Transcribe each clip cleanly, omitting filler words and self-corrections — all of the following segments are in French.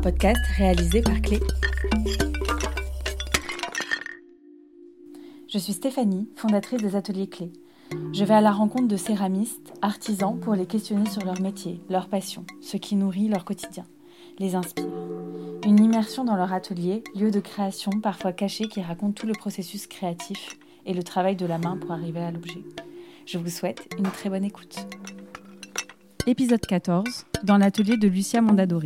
podcast réalisé par Clé. Je suis Stéphanie, fondatrice des ateliers Clé. Je vais à la rencontre de céramistes, artisans pour les questionner sur leur métier, leur passion, ce qui nourrit leur quotidien, les inspire. Une immersion dans leur atelier, lieu de création parfois caché qui raconte tout le processus créatif et le travail de la main pour arriver à l'objet. Je vous souhaite une très bonne écoute. Épisode 14, dans l'atelier de Lucia Mondadori.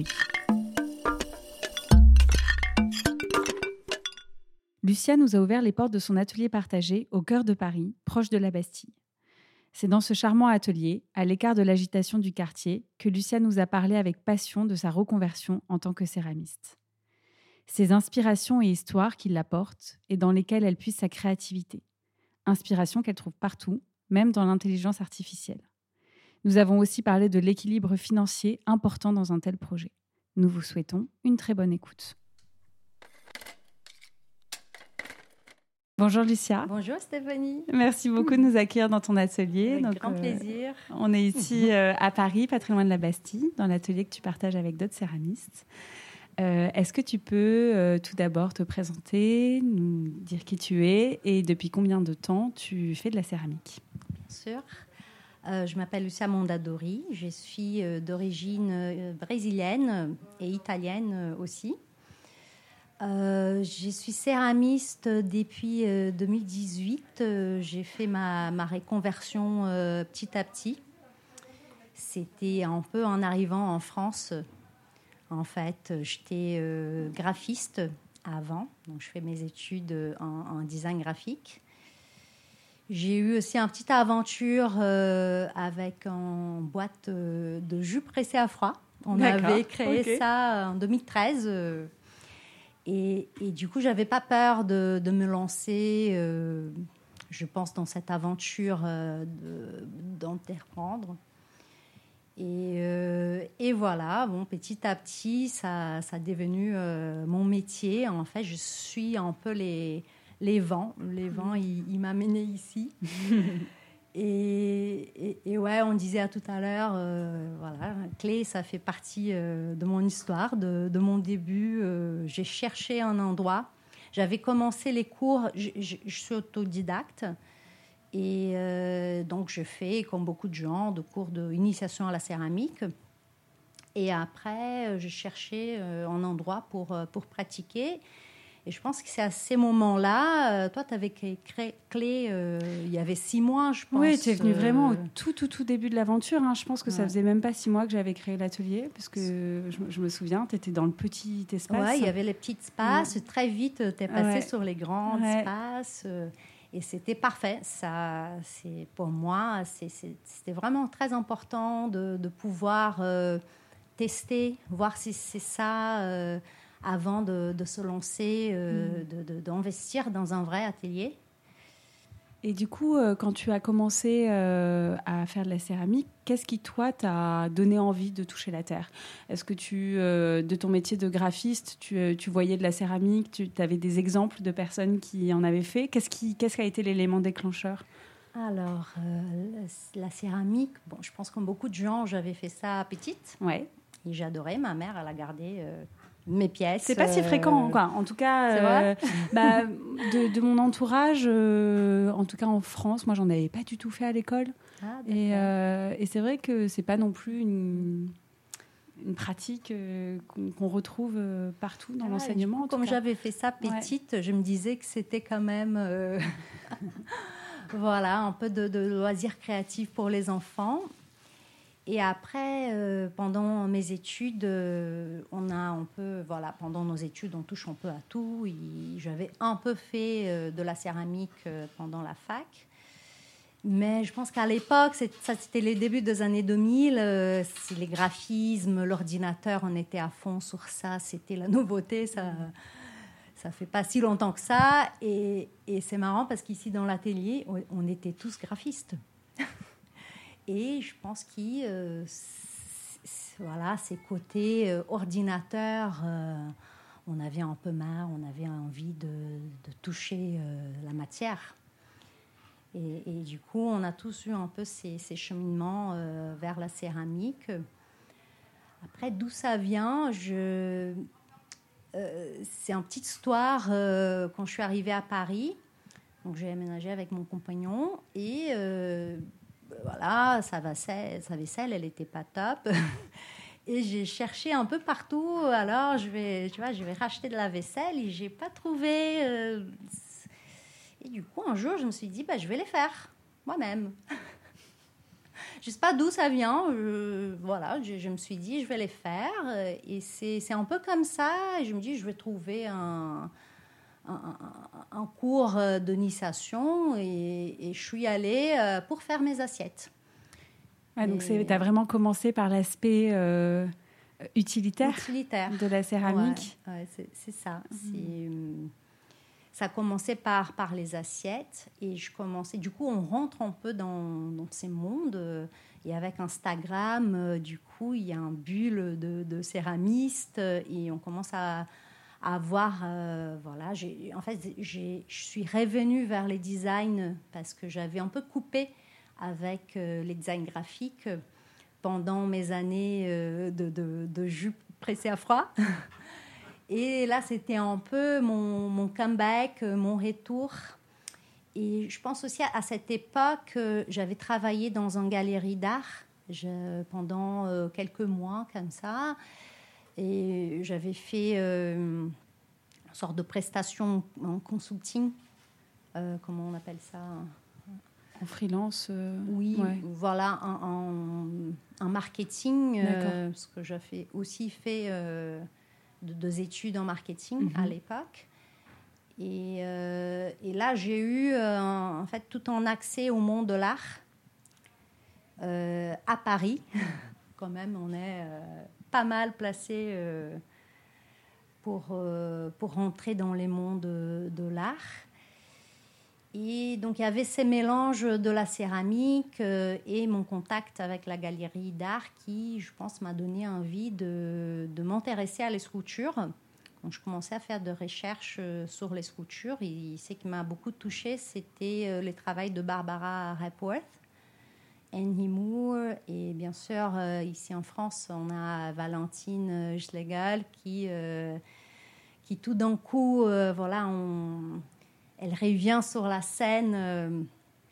Lucia nous a ouvert les portes de son atelier partagé au cœur de Paris, proche de la Bastille. C'est dans ce charmant atelier, à l'écart de l'agitation du quartier, que Lucia nous a parlé avec passion de sa reconversion en tant que céramiste. Ses inspirations et histoires qui la portent et dans lesquelles elle puise sa créativité. Inspiration qu'elle trouve partout, même dans l'intelligence artificielle. Nous avons aussi parlé de l'équilibre financier important dans un tel projet. Nous vous souhaitons une très bonne écoute. Bonjour Lucia. Bonjour Stéphanie. Merci beaucoup de nous accueillir dans ton atelier. Avec grand plaisir. On est ici à Paris, pas très loin de la Bastille, dans l'atelier que tu partages avec d'autres céramistes. Est-ce que tu peux tout d'abord te présenter, nous dire qui tu es et depuis combien de temps tu fais de la céramique ? Bien sûr. Je m'appelle Lucia Mondadori. Je suis d'origine brésilienne et italienne aussi. Je suis céramiste depuis 2018. J'ai fait ma reconversion petit à petit. C'était un peu en arrivant en France. En fait, j'étais graphiste avant. Donc, je fais mes études en design graphique. J'ai eu aussi une petite aventure avec une boîte de jus pressé à froid. On avait créé ça en 2013. Et du coup, je n'avais pas peur de me lancer, je pense, dans cette aventure d'entreprendre. Et voilà, bon, petit à petit, ça a devenu mon métier. En fait, je suis un peu les vents. Les vents, ils m'amenaient ici. Et ouais, on disait tout à l'heure, voilà, Clé, ça fait partie de mon histoire, de mon début. J'ai cherché un endroit. J'avais commencé les cours, je suis autodidacte. Et donc, je fais, comme beaucoup de gens, des cours d'initiation à la céramique. Et après, je cherchais un endroit pour pratiquer. Et je pense que c'est à ces moments-là, toi, tu avais créé Clé il y avait 6 mois, je pense. Oui, tu es venue vraiment au tout début de l'aventure. Hein. Je pense que ça faisait même pas 6 mois que j'avais créé l'atelier, parce que je me souviens, tu étais dans le petit espace. Oui, il y avait les petits espaces. Ouais. Très vite, tu es passé sur les grands espaces. Et c'était parfait. Ça, pour moi, c'était vraiment très important de pouvoir tester, voir si c'est ça... avant de se lancer, d'investir dans un vrai atelier. Et du coup, quand tu as commencé à faire de la céramique, qu'est-ce qui, toi, t'a donné envie de toucher la terre ? Est-ce que de ton métier de graphiste, tu voyais de la céramique, tu avais des exemples de personnes qui en avaient fait ? Qu'est-ce qui a été l'élément déclencheur ? Alors, la céramique, bon, je pense comme beaucoup de gens, j'avais fait ça petite. Ouais. Et j'adorais. Ma mère, elle a gardé... mes pièces. C'est pas si fréquent, quoi. En tout cas, de mon entourage, en tout cas en France, moi, j'en avais pas du tout fait à l'école. Ah, et c'est vrai que c'est pas non plus une pratique qu'on retrouve partout dans l'enseignement. Coup, comme j'avais fait ça petite, je me disais que c'était quand même voilà, un peu de loisirs créatifs pour les enfants. Et après, pendant mes études, pendant nos études, on touche un peu à tout. J'avais un peu fait de la céramique pendant la fac. Mais je pense qu'à l'époque, c'était les débuts des années 2000. C'est les graphismes, l'ordinateur, on était à fond sur ça. C'était la nouveauté. Ça fait pas si longtemps que ça. Et c'est marrant parce qu'ici, dans l'atelier, on était tous graphistes. Et je pense ces côtés ordinateur, on avait un peu marre, on avait envie de toucher la matière. Et du coup, on a tous eu un peu ces cheminements vers la céramique. Après, d'où ça vient, c'est une petite histoire. Quand je suis arrivée à Paris, donc j'ai aménagé avec mon compagnon et voilà, sa vaisselle, elle n'était pas top. Et j'ai cherché un peu partout. Alors, je vais racheter de la vaisselle et j'ai pas trouvé. Et du coup, un jour, je me suis dit, je vais les faire moi-même. Je sais pas d'où ça vient. Voilà, je me suis dit, je vais les faire. Et c'est un peu comme ça. Et je me dis, je vais trouver un cours d'initiation. Et je suis allée pour faire mes assiettes. Ouais, donc, tu as vraiment commencé par l'aspect utilitaire de la céramique. Ouais, c'est ça. Ça a commencé par les assiettes. Et du coup, on rentre un peu dans ces mondes. Et avec Instagram, du coup, il y a un bulle de céramistes. Et on commence à voir... voilà, je suis revenue vers les designs parce que j'avais un peu coupé avec les designs graphiques pendant mes années de jupe pressée à froid. Et là, c'était un peu mon comeback, mon retour. Et je pense aussi à cette époque, j'avais travaillé dans une galerie d'art pendant quelques mois comme ça. Et j'avais fait une sorte de prestation en consulting. Comment on appelle ça ? En freelance Oui, ouais. Voilà, en marketing, parce que j'ai aussi fait 2 études en marketing à l'époque. Et là, j'ai eu en fait tout un accès au monde de l'art à Paris. Quand même, on est pas mal placé pour rentrer dans les mondes de l'art. Et donc, il y avait ces mélanges de la céramique et mon contact avec la galerie d'art qui, je pense, m'a donné envie de m'intéresser à l'esculture. Donc, je commençais à faire des recherches sur l'esculture. Et ce qui m'a beaucoup touchée, c'était les travaux de Barbara Hepworth, Annie Moore. Et bien sûr, ici en France, on a Valentine Schlegel qui tout d'un coup, voilà, elle revient sur la scène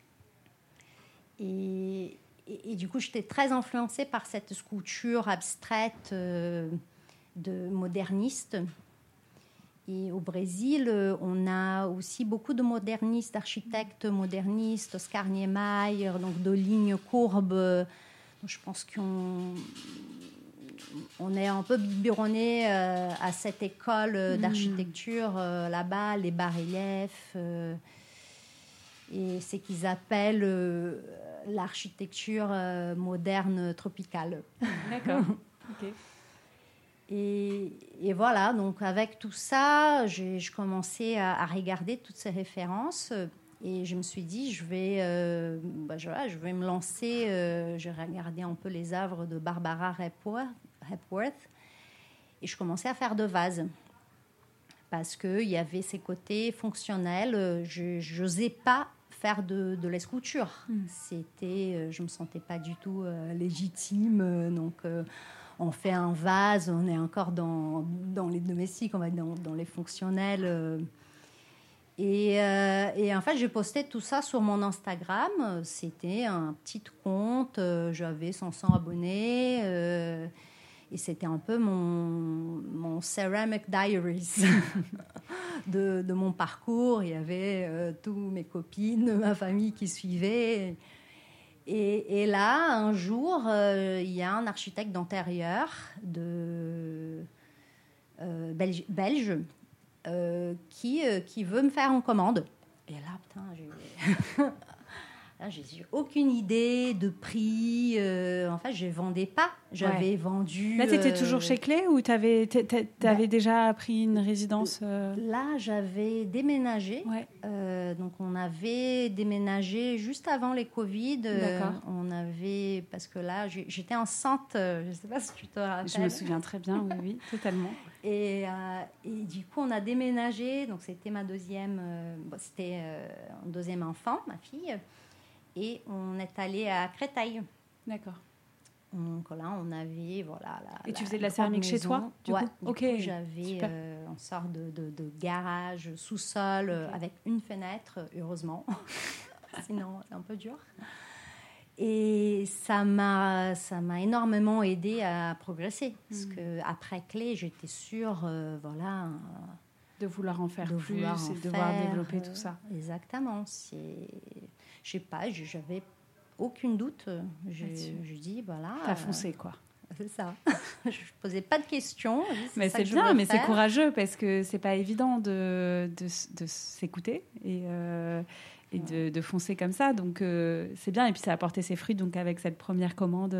et du coup, j'étais très influencée par cette sculpture abstraite de moderniste. Et au Brésil, on a aussi beaucoup de modernistes, d'architectes modernistes, Oscar Niemeyer, donc de lignes courbes. Donc je pense on est un peu biberonné à cette école d'architecture là-bas, les bas-reliefs et ce qu'ils appellent l'architecture moderne tropicale. D'accord. Ok. Et voilà, donc avec tout ça, j'ai commencé à regarder toutes ces références et je me suis dit, je vais me lancer. J'ai regardé un peu les œuvres de Barbara Hepworth et je commençais à faire de vases parce qu'il y avait ces côtés fonctionnels. Je n'osais pas faire de l'esculpture. Je ne me sentais pas du tout légitime. Donc, on fait un vase, on est encore dans les domestiques, on va être dans les fonctionnels. Et en fait, j'ai posté tout ça sur mon Instagram. C'était un petit compte, j'avais 500 abonnés. Et c'était un peu mon Ceramic Diaries de mon parcours. Il y avait toutes mes copines, ma famille qui suivait. Et là, un jour, il y a un architecte d'intérieur belge qui veut me faire une commande. Et là, putain, j'ai aucune idée de prix. En fait, je ne vendais pas. J'avais vendu... Là, tu étais toujours chez Clé ou tu avais déjà pris une résidence Là, j'avais déménagé. Ouais. Donc, on avait déménagé juste avant les Covid. D'accord. Parce que là, j'étais enceinte. Je ne sais pas si tu te rappelles. Je me souviens très bien, oui, totalement. Et du coup, on a déménagé. Donc, c'était ma deuxième... c'était un deuxième enfant, ma fille. Et on est allé à Créteil. D'accord. Donc là, on avait Et tu faisais de la céramique chez toi, du coup? Ok, j'avais une sorte de garage sous-sol avec une fenêtre, heureusement. Sinon, c'est un peu dur. Et ça m'a énormément aidé à progresser. Parce qu'après Clé, j'étais sûre, de vouloir en faire plus et de devoir développer tout ça. Exactement. Je sais pas, j'avais aucune doute. Je dis, voilà. T'as foncé, quoi. C'est ça. Je ne posais pas de questions. Mais c'est bien, mais c'est courageux parce que c'est pas évident de s'écouter et de foncer comme ça. Donc, c'est bien. Et puis, ça a porté ses fruits donc, avec cette première commande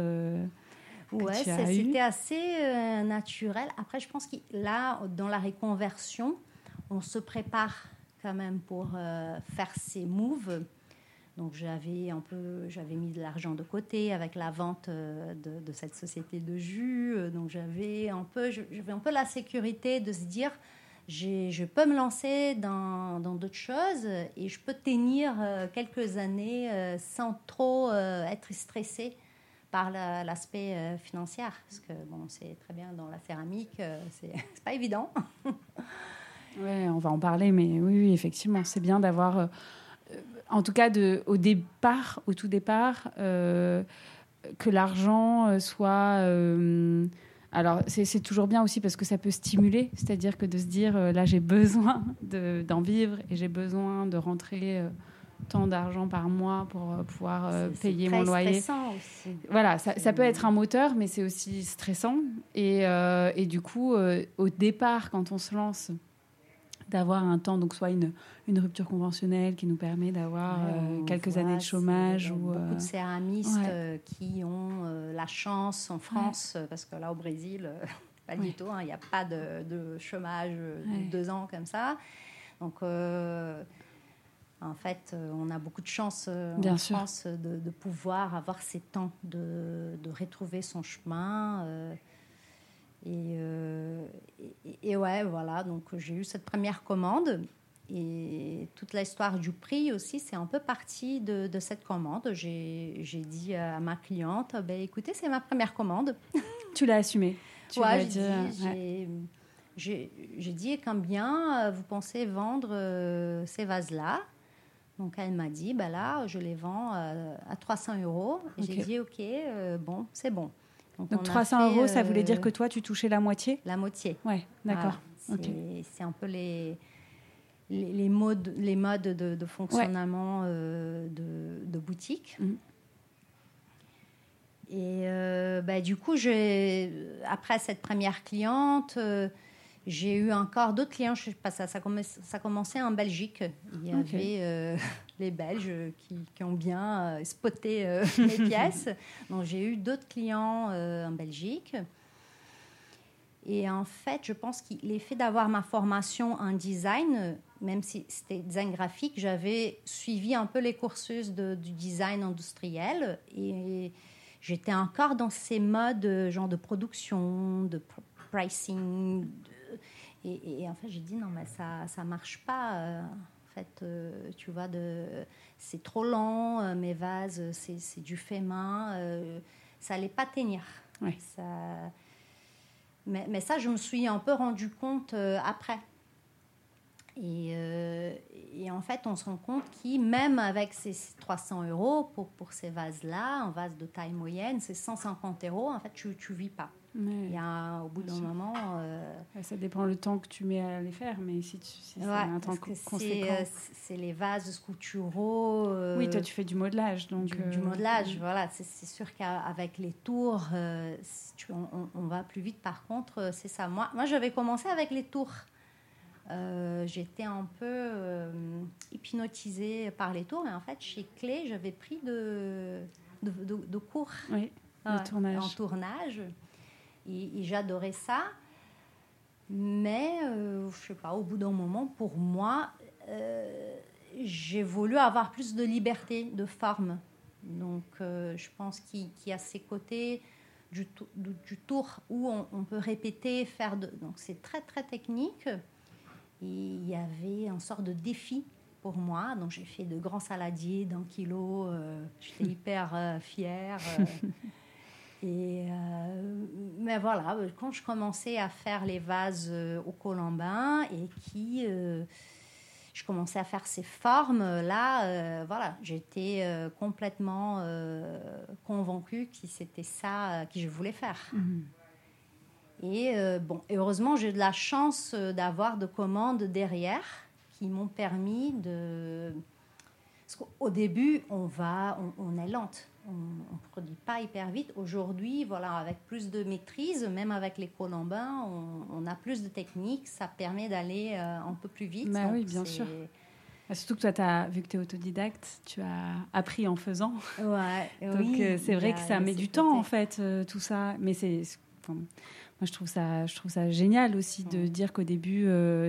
c'était assez naturel. Après, je pense que là, dans la reconversion, on se prépare quand même pour faire ces moves. Donc, j'avais mis de l'argent de côté avec la vente de cette société de jus. Donc, j'avais un peu la sécurité de se dire, je peux me lancer dans d'autres choses et je peux tenir quelques années sans trop être stressée par l'aspect financier. Parce que, c'est très bien dans la céramique, c'est pas évident. Oui, on va en parler, mais oui, effectivement, c'est bien d'avoir... en tout cas, au tout départ, que l'argent soit... alors, c'est toujours bien aussi parce que ça peut stimuler, c'est-à-dire que de se dire, là, j'ai besoin d'en vivre et j'ai besoin de rentrer tant d'argent par mois pour pouvoir payer mon loyer. C'est stressant aussi. Voilà, ça peut être un moteur, mais c'est aussi stressant. Et du coup, au départ, quand on se lance... d'avoir un temps, donc soit une rupture conventionnelle qui nous permet d'avoir quelques années de chômage. Beaucoup de céramistes qui ont la chance en France, parce que là au Brésil, pas du tout, il n'y a pas de chômage de 2 ans comme ça. Donc en fait, on a beaucoup de chance en France de pouvoir avoir ces temps de retrouver son chemin. Et ouais, voilà, donc j'ai eu cette première commande et toute l'histoire du prix aussi, c'est un peu parti de cette commande. J'ai dit à ma cliente, écoutez, c'est ma première commande. Tu l'as assumé. J'ai dit, combien vous pensez vendre ces vases-là? Donc elle m'a dit, là, je les vends à 300 €. Et j'ai dit, ok, c'est bon. Donc 300 €, ça voulait dire que toi, tu touchais la moitié? La moitié. Ouais, d'accord. Voilà. C'est un peu les modes de fonctionnement de boutique. Et du coup, après cette première cliente, j'ai eu encore d'autres clients. Je sais pas, ça commençait en Belgique. Il y avait les Belges qui ont bien spoté mes pièces. Donc, j'ai eu d'autres clients en Belgique. Et en fait, je pense que l'effet d'avoir ma formation en design, même si c'était design graphique, j'avais suivi un peu les cursus du design industriel. Et j'étais encore dans ces modes genre de production, de pricing. Et en fait, j'ai dit non, mais ça marche pas. En fait, tu vois, c'est trop lent, mes vases, c'est du fait main. Ça allait pas tenir. Ouais. Mais ça, je me suis un peu rendu compte après. Et en fait, on se rend compte que même avec ces 300 € pour ces vases-là, un vase de taille moyenne, c'est 150 €. En fait, tu ne vis pas. Au bout d'un moment... ça dépend le temps que tu mets à les faire, mais si c'est un temps conséquent... C'est les vases sculpturaux... oui, toi, tu fais du modelage. Donc, du modelage, voilà. C'est sûr qu'avec les tours, on va plus vite. Par contre, c'est ça. Moi, j'avais commencé avec les tours. J'étais un peu hypnotisée par les tours. Et en fait, chez Clé, j'avais pris de cours en tournage. Et j'adorais ça. Mais, je sais pas, au bout d'un moment, pour moi, j'ai voulu avoir plus de liberté de forme. Donc, je pense qu'il y a ces côtés du tour où on peut répéter, donc c'est très, très technique. Et il y avait une sorte de défi pour moi. Donc, j'ai fait de grands saladiers d'1 kilo. J'étais hyper fière. Mais voilà, quand je commençais à faire les vases au colombin et je commençais à faire ces formes, là, voilà, j'étais complètement convaincue que c'était ça que je voulais faire. Et heureusement, j'ai de la chance d'avoir de commandes derrière qui m'ont permis de... Parce qu'au début, on est lente. On ne produit pas hyper vite. Aujourd'hui, voilà, avec plus de maîtrise, même avec les colombins, on a plus de techniques. Ça permet d'aller un peu plus vite. Oui, bien sûr. Surtout que toi, vu que tu es autodidacte, tu as appris en faisant. Ouais, donc, c'est vrai que ça met du temps, en fait, tout ça. Mais moi, je trouve ça génial aussi de dire qu'au début,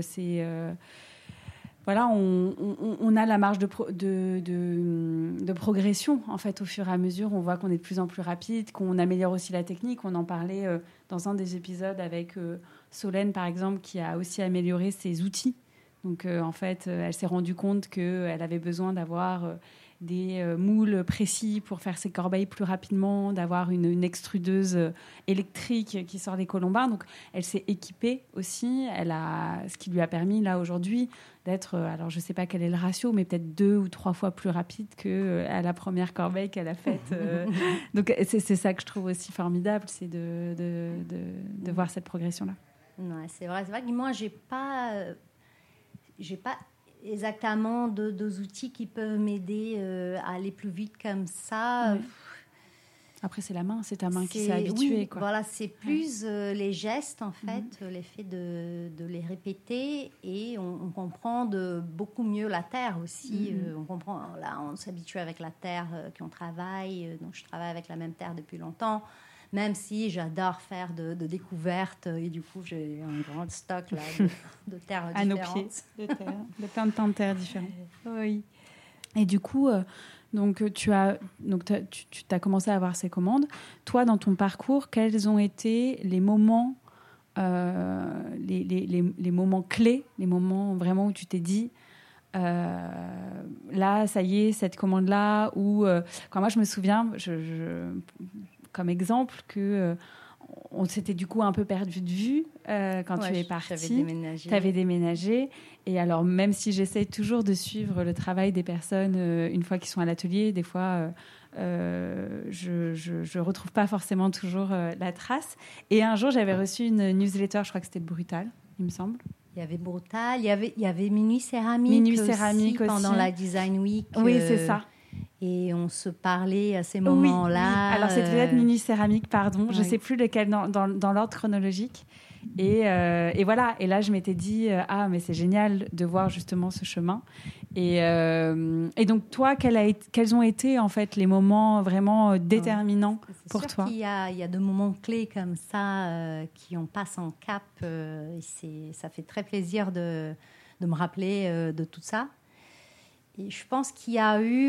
voilà, on a la marge de progression, en fait, au fur et à mesure. On voit qu'on est de plus en plus rapide, qu'on améliore aussi la technique. On en parlait dans un des épisodes avec Solène, par exemple, qui a aussi amélioré ses outils. Donc, en fait, elle s'est rendue compte qu'elle avait besoin d'avoir des moules précis pour faire ses corbeilles plus rapidement, d'avoir une extrudeuse électrique qui sort des colombins. Donc, elle s'est équipée aussi. Ce qui lui a permis, là, aujourd'hui, d'être... alors, je ne sais pas quel est le ratio, mais peut-être 2 ou 3 fois plus rapide qu'à la première corbeille qu'elle a faite. Donc, c'est ça que je trouve aussi formidable, c'est de voir cette progression-là. Ouais, c'est vrai que moi, j'ai pas exactement deux outils qui peuvent m'aider à aller plus vite comme ça. Ouais. Après, c'est la main, c'est ta main qui s'est habituée. Oui, voilà, c'est plus les gestes, en fait, l'effet de les répéter, et on comprend beaucoup mieux la terre aussi. On comprend, là, on s'habitue avec la terre qu'on travaille, donc je travaille avec la même terre depuis longtemps. Même si j'adore faire de découvertes, et du coup, j'ai un grand stock là, de terres différentes. À nos pieds, de plein de temps de terre différents. Oui. Et du coup, tu as commencé à avoir ces commandes. Toi, dans ton parcours, quels ont été les moments, les moments clés, les moments vraiment où tu t'es dit... là, ça y est, cette commande-là, ou quand moi je me souviens, comme exemple, que on s'était du coup un peu perdu de vue quand tu es partie. Tu avais déménagé. Et alors, même si j'essaie toujours de suivre le travail des personnes une fois qu'ils sont à l'atelier, des fois, je retrouve pas forcément toujours la trace. Et un jour, j'avais reçu une newsletter, je crois que c'était Brutal, il me semble. Il y avait Brutal, il y avait Minuit Céramique aussi, pendant la Design Week. Oui, c'est ça. Et on se parlait à ces moments-là. Oui. Alors, c'était peut-être Minuit Céramique, pardon. Je ne sais plus lequel dans l'ordre chronologique. Et voilà. Et là, je m'étais dit, mais c'est génial de voir justement ce chemin. Et donc, toi, quels ont été en fait les moments vraiment déterminants pour toi ? Il y a de moments clés comme ça qui ont passé en cap. Ça fait très plaisir de me rappeler de tout ça. Et je pense qu'il y a eu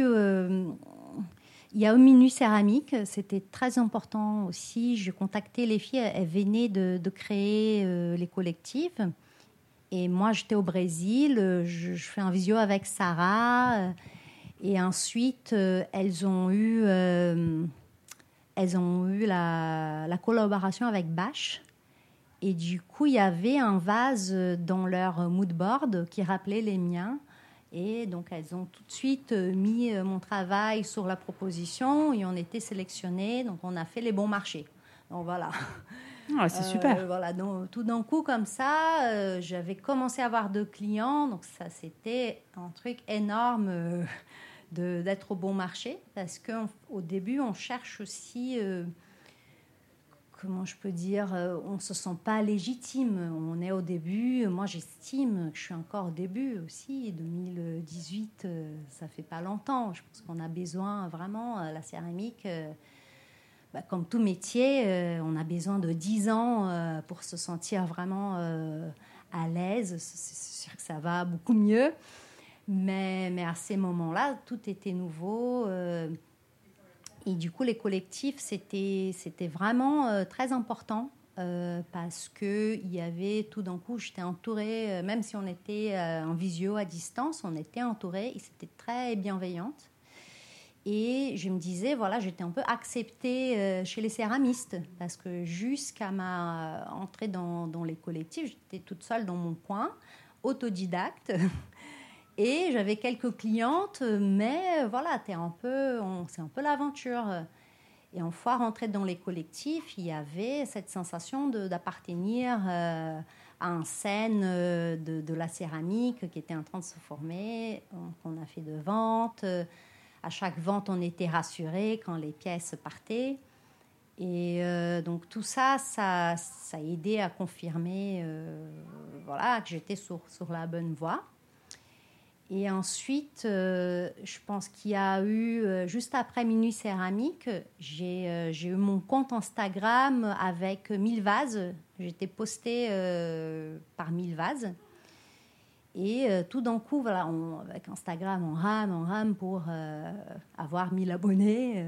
Minuit Céramique, c'était très important aussi. Je contactais les filles, elles venaient de créer les collectifs. Et moi, j'étais au Brésil, je fais un visio avec Sarah. Et ensuite, elles ont eu la collaboration avec Bâche. Et du coup, il y avait un vase dans leur mood board qui rappelait les miens. Et donc, elles ont tout de suite mis mon travail sur la proposition et on était sélectionnés. Donc, on a fait les bons marchés. Donc, voilà. Ah, c'est super. Voilà, donc, tout d'un coup, comme ça, j'avais commencé à avoir 2 clients. Donc, ça, c'était un truc énorme d'être au bon marché. Parce qu'au début, on cherche aussi... comment je peux dire, on ne se sent pas légitime. On est au début. Moi, j'estime que je suis encore au début aussi. 2018, ça fait pas longtemps. Je pense qu'on a besoin vraiment, la céramique, comme tout métier, on a besoin de 10 ans pour se sentir vraiment à l'aise. C'est sûr que ça va beaucoup mieux. Mais à ces moments-là, tout était nouveau. Et du coup, les collectifs, c'était vraiment très important parce qu'il y avait tout d'un coup, j'étais entourée, même si on était en visio à distance, on était entourée et c'était très bienveillante. Et je me disais, voilà, j'étais un peu acceptée chez les céramistes parce que jusqu'à ma entrée dans les collectifs, j'étais toute seule dans mon coin, autodidacte. Et j'avais quelques clientes, mais voilà, c'est un peu l'aventure. Et une fois rentrée dans les collectifs, il y avait cette sensation d'appartenir à une scène de la céramique qui était en train de se former. On a fait de ventes. À chaque vente, on était rassurés quand les pièces partaient. Et donc tout ça, ça a aidé à confirmer voilà, que j'étais sur la bonne voie. Et ensuite, je pense qu'il y a eu, juste après Minuit Céramique, j'ai eu mon compte Instagram avec 1000 vases. J'étais postée par 1000 vases. Et tout d'un coup, voilà, avec Instagram, on rame pour avoir 1000 abonnés.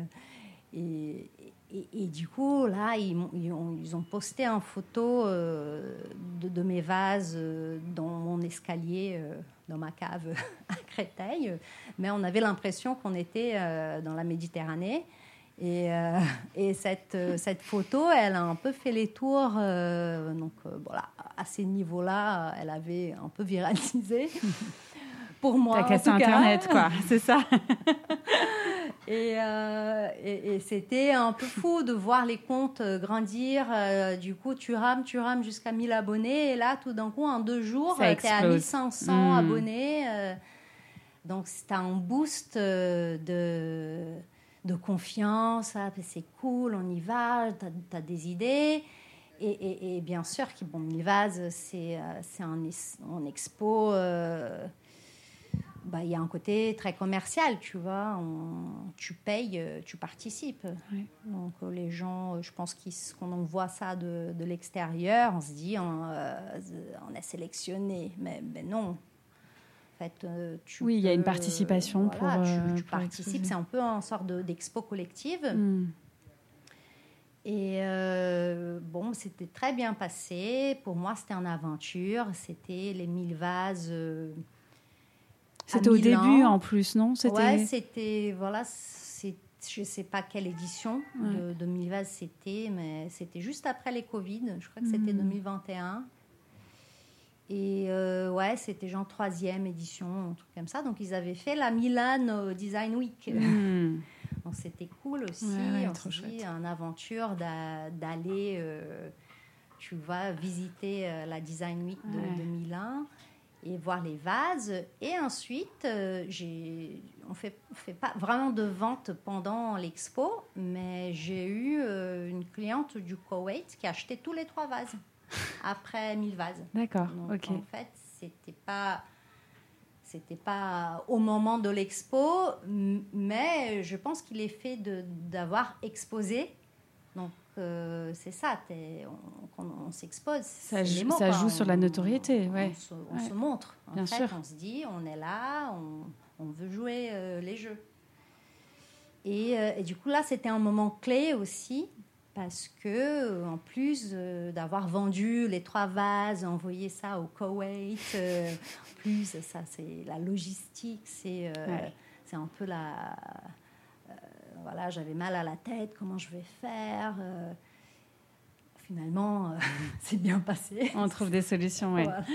Et du coup, là, ils ont posté une photo de mes vases dans mon escalier, dans ma cave à Créteil. Mais on avait l'impression qu'on était dans la Méditerranée. Et cette photo, elle a un peu fait les tours. Donc, voilà, à ces niveaux-là, elle avait un peu viralisé. Pour moi, t'as cassé Internet, quoi, c'est ça. Et c'était un peu fou de voir les comptes grandir. Du coup, tu rames jusqu'à 1000 abonnés. Et là, tout d'un coup, en 2 jours, tu es à 1500 abonnés. Donc, c'est un boost de confiance. Ah, c'est cool, on y va, tu as des idées. Et bien sûr, 1000 vases, c'est en expo. Il y a un côté très commercial, tu vois. Tu payes, tu participes. Oui. Donc, les gens, je pense qu'on voit ça de l'extérieur, on se dit, on est sélectionné. Mais non. En fait, oui, il y a une participation voilà, tu pour participes. exposer. C'est un peu une sorte d'expo collective. Et bon, c'était très bien passé. Pour moi, c'était une aventure. C'était les 1000 vases... C'était au début, en plus, non? Ouais, c'était... Voilà, je ne sais pas quelle édition de 1000 vases c'était, mais c'était juste après les Covid. Je crois que c'était 2021. Et ouais, c'était genre 3e édition, un truc comme ça. Donc, ils avaient fait la Milan Design Week. Donc, c'était cool aussi. On se dit, une aventure d'aller, tu vois, visiter la Design Week de Milan et voir les vases. Et ensuite, on fait pas vraiment de vente pendant l'expo, mais j'ai eu une cliente du Koweït qui a acheté tous les 3 vases après 1000 vases. D'accord, donc, ok. En fait, c'était pas au moment de l'expo, mais je pense qu'il est fait d'avoir exposé. Donc, c'est ça, quand on s'expose, ça joue sur la notoriété. On se montre. Bien sûr. On se dit, on est là, on veut jouer les jeux. Et du coup, là, c'était un moment clé aussi, parce que en plus d'avoir vendu les 3 vases, envoyé ça au Koweït, en plus, ça, c'est la logistique, c'est un peu la... voilà, j'avais mal à la tête, comment je vais faire finalement, c'est bien passé. On trouve des solutions, oui. Voilà.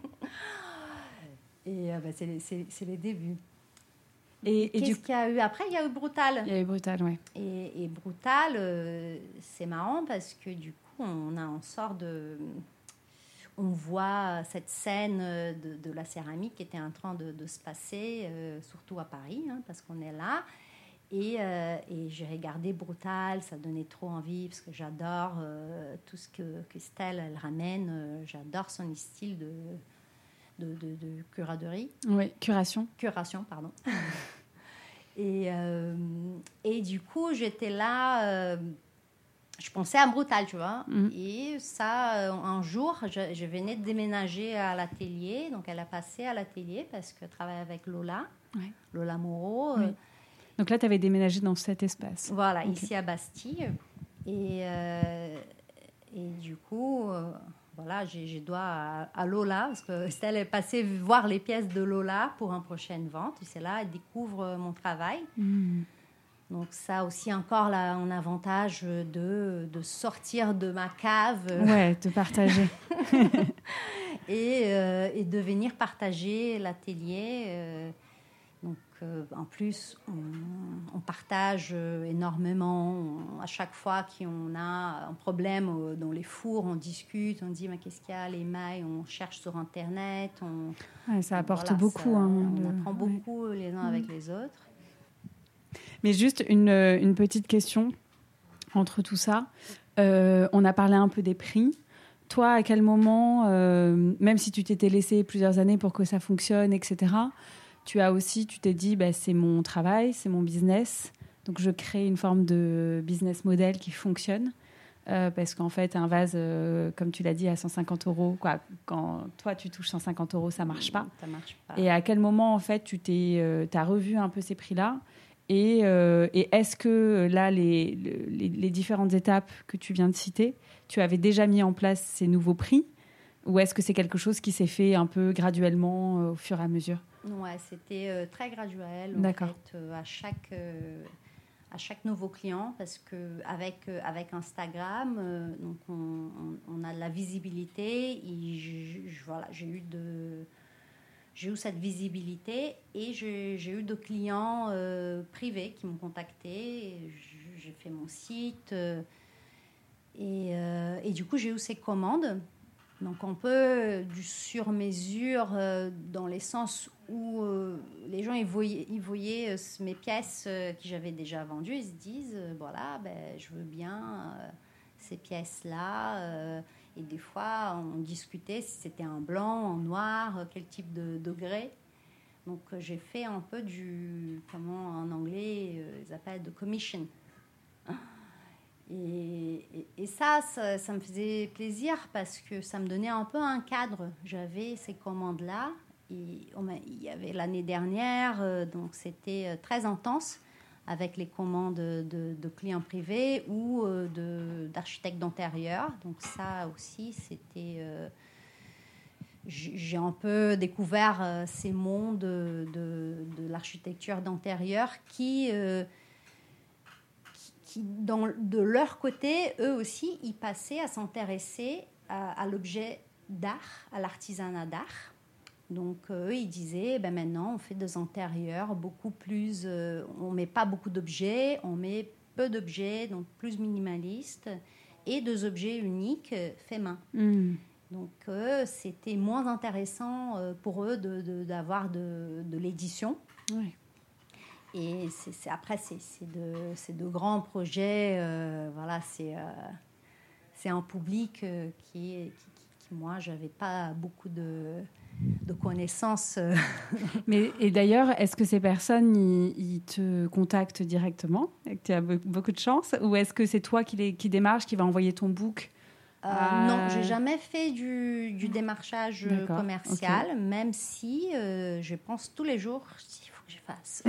Et c'est les débuts. Et qu'est-ce qu'il y a eu après? Il y a eu Brutal. Il y a eu Brutal, oui. Et Brutal, c'est marrant parce que du coup, on voit cette scène de la céramique qui était en train de se passer, surtout à Paris, parce qu'on est là. Et j'ai regardé Brutal, ça donnait trop envie parce que j'adore tout ce que Stell elle ramène. J'adore son style de curaderie. Oui, curation, pardon. Et du coup, j'étais là, je pensais à Brutal, tu vois. Et ça, un jour, je venais de déménager à l'atelier. Donc, elle a passé à l'atelier parce qu'elle travaille avec Lola, Lola Moreau. Oui. Donc là, tu avais déménagé dans cet espace. Voilà, ici à Bastille. Et du coup, voilà, j'ai doigt à Lola, parce que Estelle est passée voir les pièces de Lola pour une prochaine vente. Et c'est là, elle découvre mon travail. Donc ça aussi encore là, un avantage de sortir de ma cave. Ouais, de partager. et de venir partager l'atelier. Donc en plus, on partage énormément. À chaque fois qu'on a un problème dans les fours, on discute, on dit mais qu'est-ce qu'il y a, les mailles, on cherche sur Internet. Ouais, ça apporte voilà, beaucoup. On apprend beaucoup les uns avec les autres. Mais juste une petite question entre tout ça. On a parlé un peu des prix. Toi, à quel moment, même si tu t'étais laissé plusieurs années pour que ça fonctionne, etc., tu t'es dit, c'est mon travail, c'est mon business, donc je crée une forme de business model qui fonctionne, parce qu'en fait, un vase, comme tu l'as dit, à 150 €, quoi, quand toi, tu touches 150 €, ça marche pas. Ça marche pas. Et à quel moment, en fait, t'as revu un peu ces prix-là et est-ce que là, les différentes étapes que tu viens de citer, tu avais déjà mis en place ces nouveaux prix ou est-ce que c'est quelque chose qui s'est fait un peu graduellement au fur et à mesure? Ouais, c'était très graduel D'accord. en fait, à chaque nouveau client parce que avec Instagram, donc on a de la visibilité et voilà, j'ai eu cette visibilité et j'ai eu de clients privés qui m'ont contacté. J'ai fait mon site et du coup j'ai eu ces commandes. Donc un peu du sur-mesure dans les sens où les gens ils voyaient mes pièces que j'avais déjà vendues. Ils se disent voilà, je veux bien ces pièces-là. Et des fois, on discutait si c'était en blanc, en noir, quel type de degré. Donc j'ai fait un peu comment en anglais ils appellent de commission. Et ça me faisait plaisir parce que ça me donnait un peu un cadre. J'avais ces commandes-là. Et il y avait l'année dernière, donc c'était très intense avec les commandes de clients privés ou d'architectes d'intérieur. Donc ça aussi, c'était... j'ai un peu découvert ces mondes de l'architecture d'intérieur qui de leur côté, eux aussi, ils passaient à s'intéresser à l'objet d'art, à l'artisanat d'art. Donc, eux, ils disaient, maintenant, on fait des intérieurs beaucoup plus... on ne met pas beaucoup d'objets, on met peu d'objets, donc plus minimaliste, et des objets uniques faits main. Donc, c'était moins intéressant pour eux d'avoir de l'édition. Oui. Et après, c'est de grands projets. Voilà, c'est un public qui moi, je n'avais pas beaucoup de connaissances. Et d'ailleurs, est-ce que ces personnes, ils te contactent directement et que tu as beaucoup de chance? Ou est-ce que c'est toi qui démarche, qui va envoyer ton book? Non, je n'ai jamais fait du démarchage commercial, okay. même si je pense tous les jours, il faut que je fasse.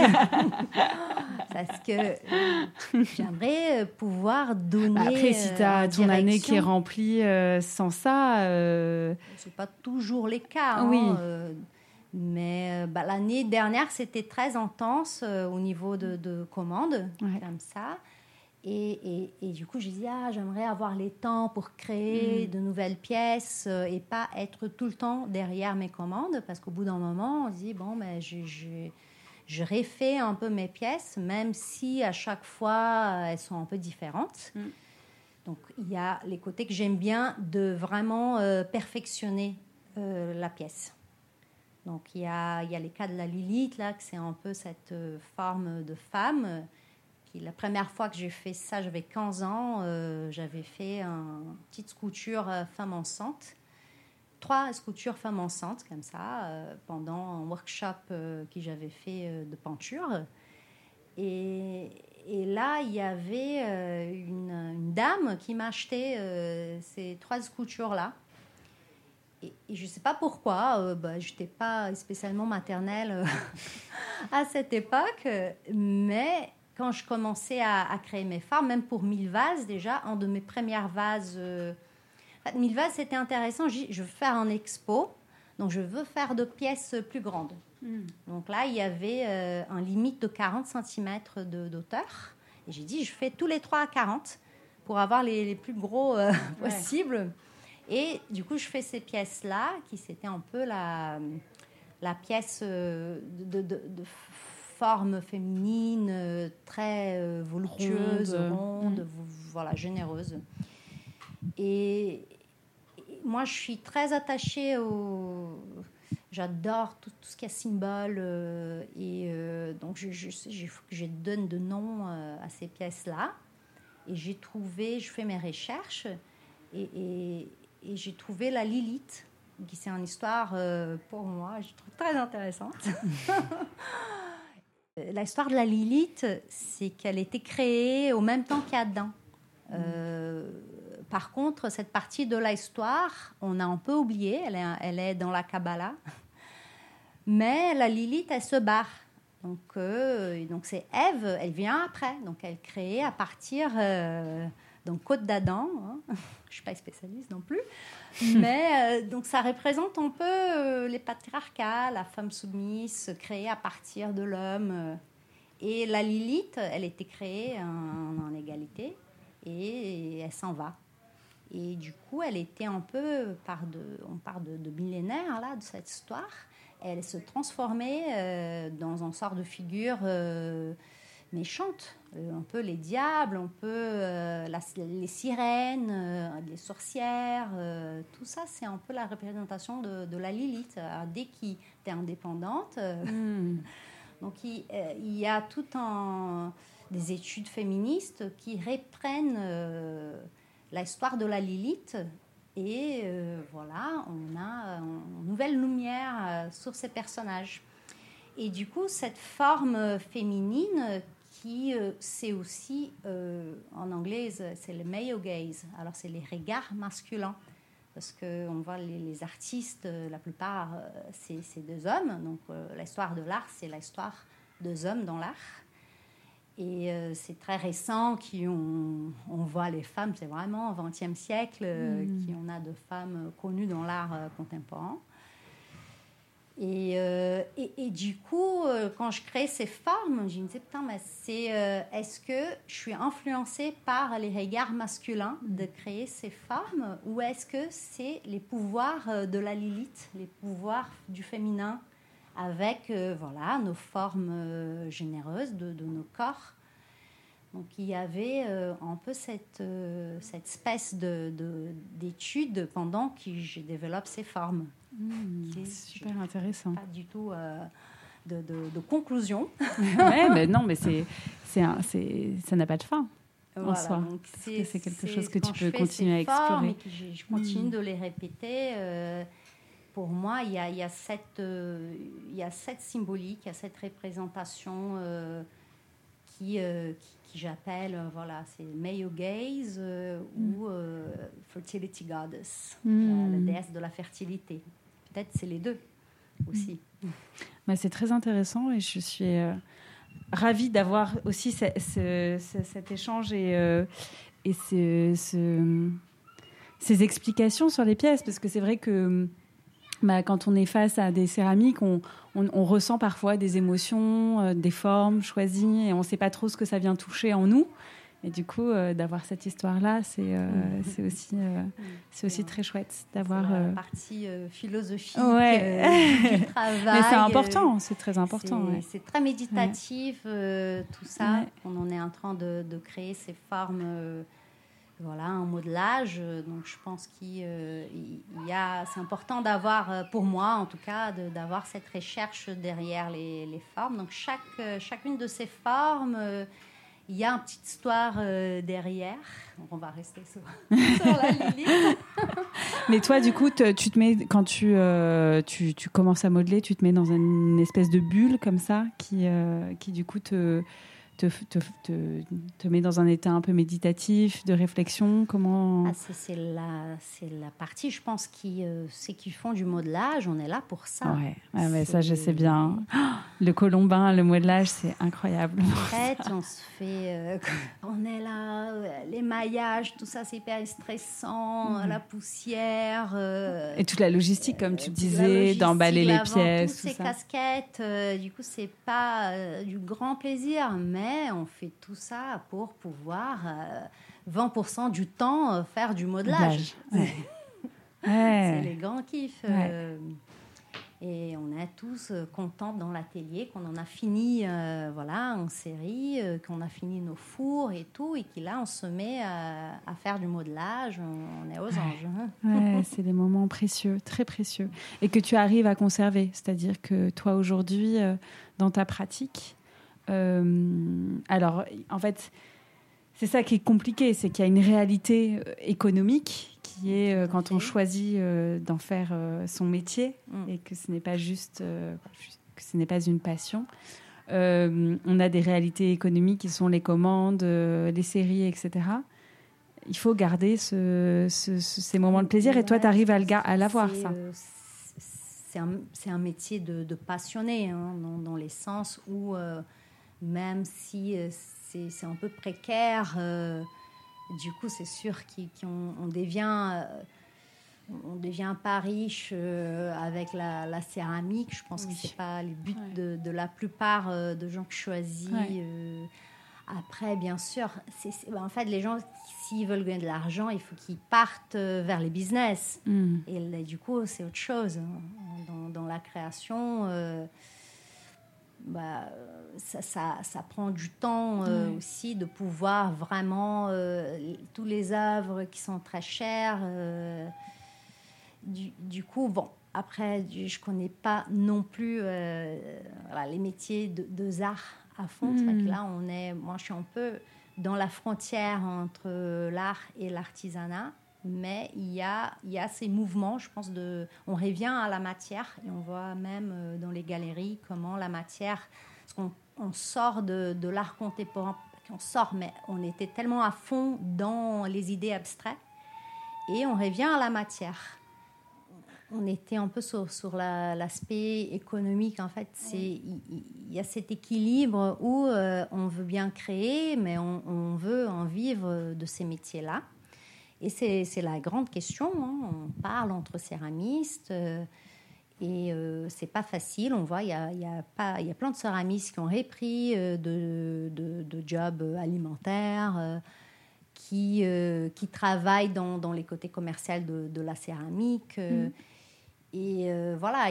Parce que j'aimerais pouvoir donner. Après, si tu as ton année qui est remplie sans ça. Ce n'est pas toujours les cas. Oui. Mais l'année dernière, c'était très intense au niveau de commandes, comme ça. Et du coup, je dis, j'aimerais avoir les temps pour créer de nouvelles pièces et pas être tout le temps derrière mes commandes. Parce qu'au bout d'un moment, on se dit, je refais un peu mes pièces, même si à chaque fois, elles sont un peu différentes. Donc, il y a les côtés que j'aime bien de vraiment perfectionner la pièce. Donc, il y a les cas de la Lilith, là, que c'est un peu cette forme de femme. La première fois que j'ai fait ça, j'avais 15 ans. J'avais fait une petite sculpture femme enceinte. 3 sculptures femmes enceintes, comme ça, pendant un workshop que j'avais fait de peinture. Et là, il y avait une dame qui m'a acheté ces 3 sculptures-là. Et je ne sais pas pourquoi, je n'étais pas spécialement maternelle à cette époque, mais quand je commençais à créer mes phares, même pour 1000 vases déjà, un de mes premières vases... 1000 vases, c'était intéressant. Je vais faire un expo. Donc, je veux faire de pièces plus grandes. Donc là, il y avait un limite de 40 cm d'auteur. Et j'ai dit, je fais tous les 3 à 40 pour avoir les plus gros possibles. Et du coup, je fais ces pièces-là, qui c'était un peu la pièce de forme féminine, très voluptueuse, ronde, voilà, généreuse. Et moi, je suis très attachée j'adore tout ce qui est symbole. Donc, je donne de nom à ces pièces-là. Et je fais mes recherches. Et j'ai trouvé la Lilith, qui c'est une histoire, pour moi, je trouve très intéressante. L'histoire de la Lilith, c'est qu'elle a été créée au même temps qu'Adam. Par contre, cette partie de l'histoire, on a un peu oublié, elle est dans la Kabbalah. Mais la Lilith, elle se barre. Donc c'est Ève, elle vient après. Donc elle crée à partir donc côte d'Adam. Hein. Je ne suis pas spécialiste non plus. Mais donc ça représente un peu les patriarcats, la femme soumise créée à partir de l'homme. Et la Lilith, elle était créée en égalité et elle s'en va. Et du coup, elle était un peu, on parle de millénaires là, de cette histoire. Elle se transformait dans une sorte de figure méchante. Un peu les diables, un peu les sirènes, les sorcières. Tout ça, c'est un peu la représentation de la Lilith. Alors, dès qu'elle était indépendante, donc il y a tout des études féministes qui reprennent l'histoire de la Lilith. Et voilà, on a une nouvelle lumière sur ces personnages. Et du coup, cette forme féminine qui, c'est aussi, en anglais, c'est le male gaze. Alors, c'est les regards masculins. Parce qu'on voit les artistes, la plupart, c'est des hommes. Donc, l'histoire de l'art, c'est l'histoire des hommes dans l'art. Et c'est très récent qu'on voit les femmes, c'est vraiment au XXe siècle qu'on a de femmes connues dans l'art contemporain. Et du coup, quand je crée ces formes, je me disais, putain, mais est-ce que je suis influencée par les regards masculins de créer ces formes, ou est-ce que c'est les pouvoirs de la Lilith, les pouvoirs du féminin, avec voilà, nos formes généreuses de nos corps. Donc il y avait un peu cette espèce d'étude pendant que je développe ces formes. C'est super intéressant. Pas du tout de conclusion. Ouais, mais non, mais ça n'a pas de fin. Voilà, en soi. Donc c'est quelque chose que tu peux continuer à explorer. Et que je continue de les répéter. Pour moi, il y a cette symbolique, il y a cette représentation qui j'appelle, voilà, c'est male gaze ou fertility goddess, la déesse de la fertilité. Peut-être c'est les deux aussi. Bah, c'est très intéressant et je suis ravie d'avoir aussi cet échange et ces explications sur les pièces, parce que c'est vrai que quand on est face à des céramiques, on ressent parfois des émotions, des formes choisies, et on ne sait pas trop ce que ça vient toucher en nous. Et du coup, d'avoir cette histoire-là, c'est aussi très chouette d'avoir la partie philosophique du travail. Mais c'est important, c'est très important. C'est très méditatif, tout ça. Ouais. On est en train de créer ces formes, voilà, un modelage. Donc, je pense c'est important d'avoir, pour moi en tout cas, d'avoir cette recherche derrière les formes. Donc, chacune de ces formes... il y a une petite histoire derrière. Donc on va rester sur la Lilith. Mais toi, du coup, tu te mets, quand tu commences à modeler, tu te mets dans une espèce de bulle comme ça qui du coup, te met dans un état un peu méditatif, de réflexion. Comment... c'est la partie, je pense, ceux qui font du modelage, on est là pour ça. Ouais, mais ça, je sais bien. Le colombin, le modelage, c'est incroyable. En fait, on se fait... on est là, l'émaillage, tout ça, c'est hyper stressant, la poussière... et toute la logistique, comme tu disais, d'emballer les pièces, toutes ces casquettes. Du coup, c'est pas du grand plaisir, mais on fait tout ça pour pouvoir 20% du temps faire du modelage. C'est les grands kiffs. Et on est tous contents dans l'atelier qu'on en a fini en série, qu'on a fini nos fours et tout, et que là, on se met à faire du modelage. On est aux anges. Ouais, c'est des moments précieux, très précieux. Et que tu arrives à conserver. C'est-à-dire que toi, aujourd'hui, dans ta pratique, alors, en fait, c'est ça qui est compliqué, c'est qu'il y a une réalité économique qui est quand on choisit d'en faire son métier et que ce n'est pas juste que ce n'est pas une passion. On a des réalités économiques qui sont les commandes, les séries, etc. Il faut garder ces moments de plaisir et toi, tu arrives à l'avoir, ça. C'est un métier de passionné, dans les sens où même si c'est un peu précaire, du coup, c'est sûr qu'on devient pas riche avec la céramique. Je pense que ce n'est pas le but de la plupart de gens que je choisis. Après, bien sûr, en fait, les gens, s'ils veulent gagner de l'argent, il faut qu'ils partent vers les business. Et là, du coup, c'est autre chose. Dans la création... ça prend du temps aussi de pouvoir vraiment tous les œuvres qui sont très chères. Du coup, bon, après, je connais pas non plus les métiers de arts à fond. C'est vrai que là, moi, je suis un peu dans la frontière entre l'art et l'artisanat. Mais il y a ces mouvements, je pense, on revient à la matière et on voit même dans les galeries comment la matière, parce qu'on sort de l'art contemporain, mais on était tellement à fond dans les idées abstraites et on revient à la matière. On était un peu sur l'aspect économique, en fait. Il y a cet équilibre où on veut bien créer, mais on veut en vivre de ces métiers-là. Et c'est la grande question. On parle entre céramistes et c'est pas facile. On voit il y a plein de céramistes qui ont repris de jobs alimentaires, qui travaillent dans les côtés commerciaux de la céramique. Et voilà,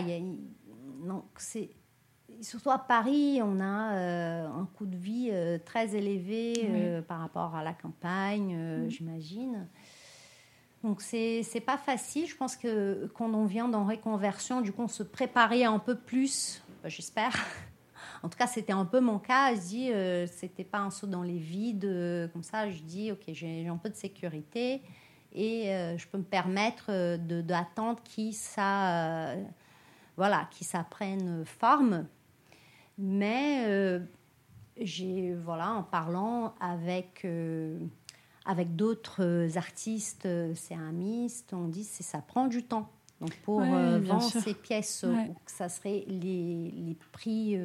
surtout à Paris, on a un coût de vie très élevé par rapport à la campagne, j'imagine. Donc, c'est pas facile. Je pense qu'on en vient dans reconversion. Du coup, on se préparait un peu plus, j'espère. En tout cas, c'était un peu mon cas. Je dis, c'était pas un saut dans les vides. Comme ça, je dis, OK, j'ai un peu de sécurité et je peux me permettre d'attendre que ça prenne forme. Mais en parlant avec d'autres artistes céramistes, on dit que ça prend du temps. Donc pour vendre ces pièces, ça serait les prix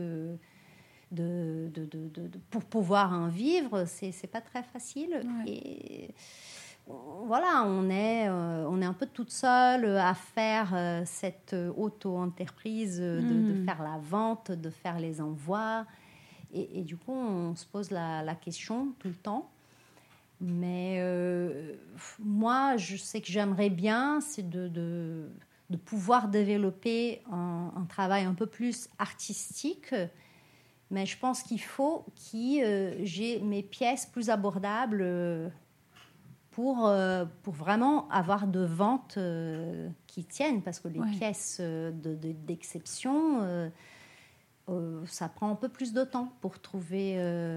pour pouvoir en vivre, c'est pas très facile. Et voilà, on est un peu toute seule à faire cette auto-entreprise de faire la vente, de faire les envois. Et du coup, on se pose la question tout le temps. Mais moi, je sais que j'aimerais bien, c'est de pouvoir développer un travail un peu plus artistique. Mais je pense qu'il faut que j'ai mes pièces plus abordables pour vraiment avoir de ventes qui tiennent. Parce que les pièces d'exception, ça prend un peu plus de temps pour trouver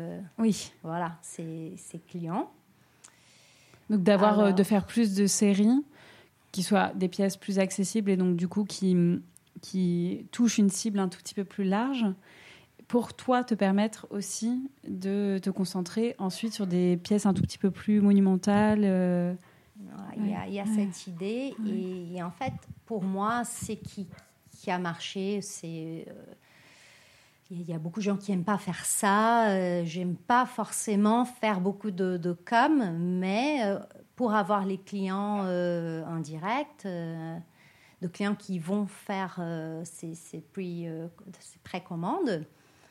ces clients. Donc de faire plus de séries qui soient des pièces plus accessibles et donc du coup qui touchent une cible un tout petit peu plus large pour toi te permettre aussi de te concentrer ensuite sur des pièces un tout petit peu plus monumentales. Il y a cette idée et en fait pour moi c'est qui a marché, c'est Il y a beaucoup de gens qui n'aiment pas faire ça. J'aime pas forcément faire beaucoup de com, mais pour avoir les clients en direct, de clients qui vont faire ces précommandes,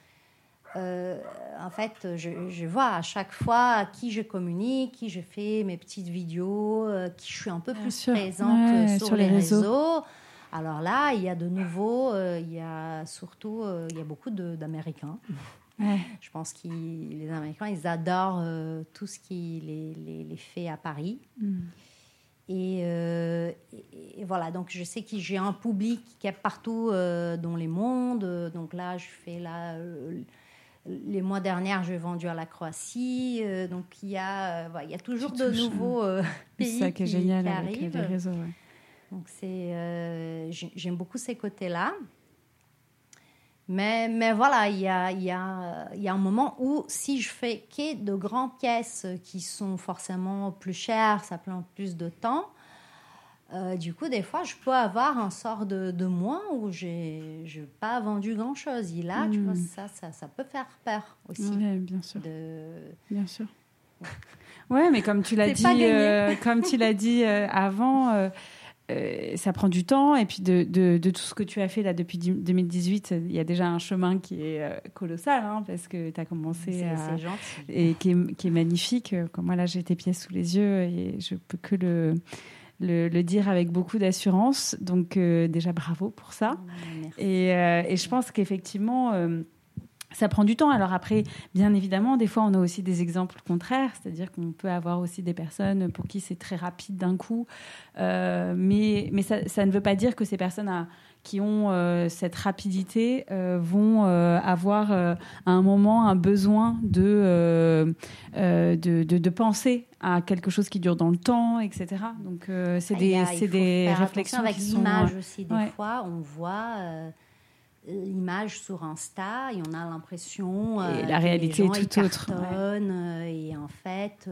en fait, je vois à chaque fois à qui je communique, qui je fais mes petites vidéos, qui je suis un peu plus présente sur les réseaux. Alors là, il y a de nouveau, il y a beaucoup d'Américains. Ouais. Je pense que les Américains, ils adorent tout ce qui les fait à Paris. Et voilà, donc je sais que j'ai un public qui est partout dans les mondes. Donc là, je fais les mois derniers, j'ai vendu à la Croatie. Donc il y a toujours de nouveaux pays ça qui est génial qui avec arrivent. Les réseaux, ouais. Donc j'aime beaucoup ces côtés-là. Mais voilà, il y a un moment où si je fais que de grandes pièces qui sont forcément plus chères, ça prend plus de temps, du coup, des fois, je peux avoir un sort de mois où je n'ai pas vendu grand-chose. Et là, tu vois, ça peut faire peur aussi. Oui, bien sûr. Bien sûr. Ouais, mais comme tu l'as dit avant... ça prend du temps, et puis de tout ce que tu as fait là depuis 2018, il y a déjà un chemin qui est colossal, hein, parce que tu as commencé c'est gentil. Et qui est magnifique. Comme moi là, j'ai tes pièces sous les yeux et je peux que le dire avec beaucoup d'assurance. Donc déjà bravo pour ça. Merci. Et je pense qu'effectivement ça prend du temps. Alors après, bien évidemment, des fois, on a aussi des exemples contraires, c'est-à-dire qu'on peut avoir aussi des personnes pour qui c'est très rapide d'un coup. Mais ça ne veut pas dire que ces personnes qui ont cette rapidité vont avoir à un moment un besoin de penser à quelque chose qui dure dans le temps, etc. Donc, c'est des réflexions avec qui sont... l'image aussi, des fois, on voit... l'image sur Insta et on a l'impression et la réalité est tout autre. Et en fait,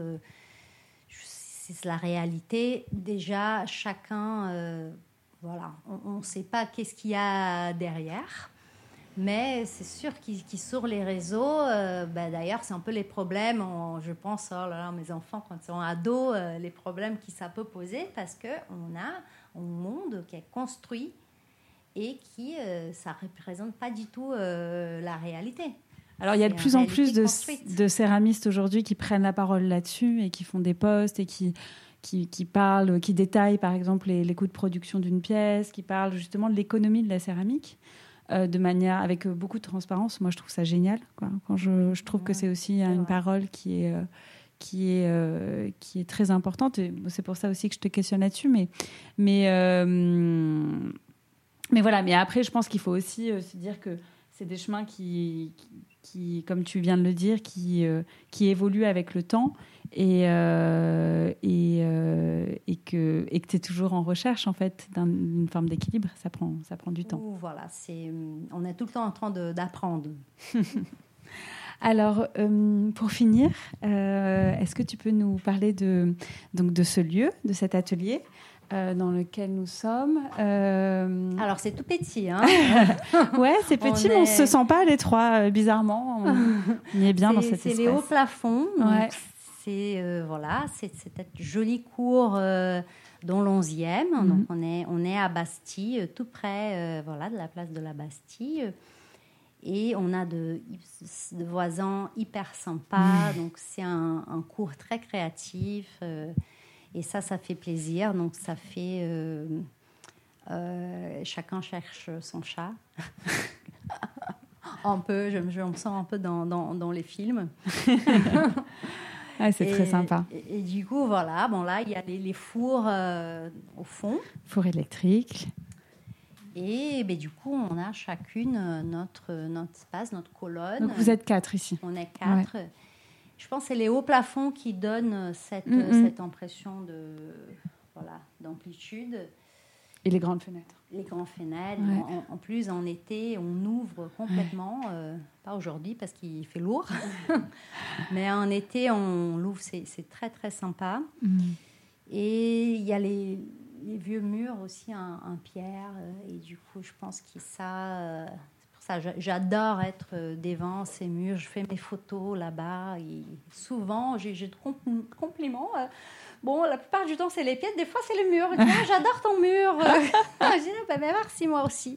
c'est la réalité. Déjà, chacun, voilà, on ne sait pas qu'est-ce qu'il y a derrière. Mais c'est sûr que sur les réseaux, d'ailleurs, c'est un peu les problèmes. Je pense, oh là là, mes enfants, quand ils sont ados, les problèmes que ça peut poser parce qu'on a un monde qui est construit et qui ça représente pas du tout la réalité. Alors, il y a de plus en plus de céramistes aujourd'hui qui prennent la parole là-dessus et qui font des posts et qui parlent, qui détaillent, par exemple, les coûts de production d'une pièce, qui parlent justement de l'économie de la céramique de manière, avec beaucoup de transparence. Moi, je trouve ça génial, quoi. Quand je trouve que c'est aussi une parole qui est très importante. Et c'est pour ça aussi que je te questionne là-dessus. Mais voilà, mais après, je pense qu'il faut aussi se dire que c'est des chemins qui, comme tu viens de le dire, qui évoluent avec le temps et que tu es toujours en recherche, en fait, d'une forme d'équilibre. Ça prend du temps. Voilà, on est tout le temps en train d'apprendre. Alors, pour finir, est-ce que tu peux nous parler de ce lieu, de cet atelier dans lequel nous sommes. Alors, c'est tout petit, hein. Ouais, c'est petit, mais on ne se sent pas à l'étroit, bizarrement. On est bien dans cet espace. C'est les hauts plafonds. Ouais. C'est cette jolie cour dans l'11e. Donc, on est à Bastille, tout près de la place de la Bastille. Et on a de voisins hyper sympas. Donc, c'est un cours très créatif. Et ça fait plaisir. Donc, ça fait... chacun cherche son chat. Un peu, je me sens un peu dans les films. Ah, c'est très sympa. Et du coup, voilà. Bon, là, il y a les fours au fond. Four électrique. Et du coup, on a chacune notre espace, notre colonne. Donc, vous êtes 4 ici. On est 4. Ouais. Je pense que c'est les hauts plafonds qui donnent cette impression d'amplitude. Et les grandes fenêtres. Les grandes fenêtres. Ouais. En plus, en été, on ouvre complètement. Pas aujourd'hui parce qu'il fait lourd. Mais en été, on l'ouvre. C'est très, très sympa. Et il y a les vieux murs aussi en pierre. Et du coup, je pense que c'est pour ça, j'adore être devant ces murs. Je fais mes photos là-bas. Et souvent, j'ai de compliments. Bon, la plupart du temps, c'est les pièces. Des fois, c'est le mur. Je dis, ah, j'adore ton mur. Je dis, bah, merci, moi aussi.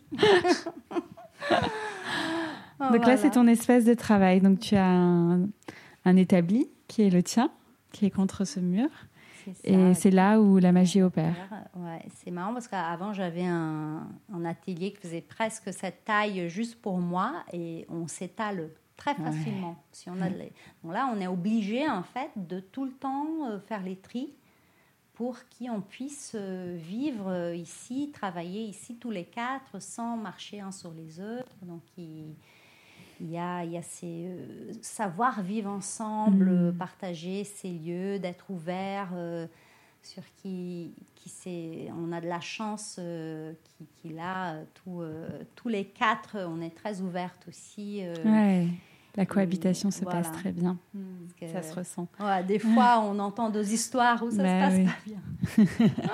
Donc là, c'est ton espace de travail. Donc, tu as un établi qui est le tien, qui est contre ce mur. Et c'est là où la magie opère. Ouais, c'est marrant parce qu'avant, j'avais un atelier qui faisait presque cette taille juste pour moi et on s'étale très facilement. Ouais. Si on a Donc là, on est obligé en fait de tout le temps faire les tris pour qu'on puisse vivre ici, travailler ici tous les 4 sans marcher un sur les autres. Donc, il y a ces savoir vivre ensemble, partager ces lieux, d'être ouvert, sur on a de la chance qu'il a tous les 4, on est très ouvertes aussi. Ouais. La cohabitation se passe très bien. Ça se ressent. Ouais, des fois, on entend des histoires où ça se passe pas bien.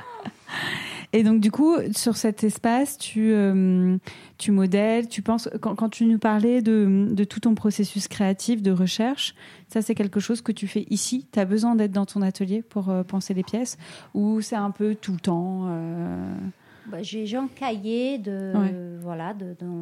Et donc, du coup, sur cet espace, tu modèles, tu penses... Quand tu nous parlais de tout ton processus créatif, de recherche, ça, c'est quelque chose que tu fais ici? Tu as besoin d'être dans ton atelier pour penser les pièces? Ou c'est un peu tout le temps J'ai un cahier comment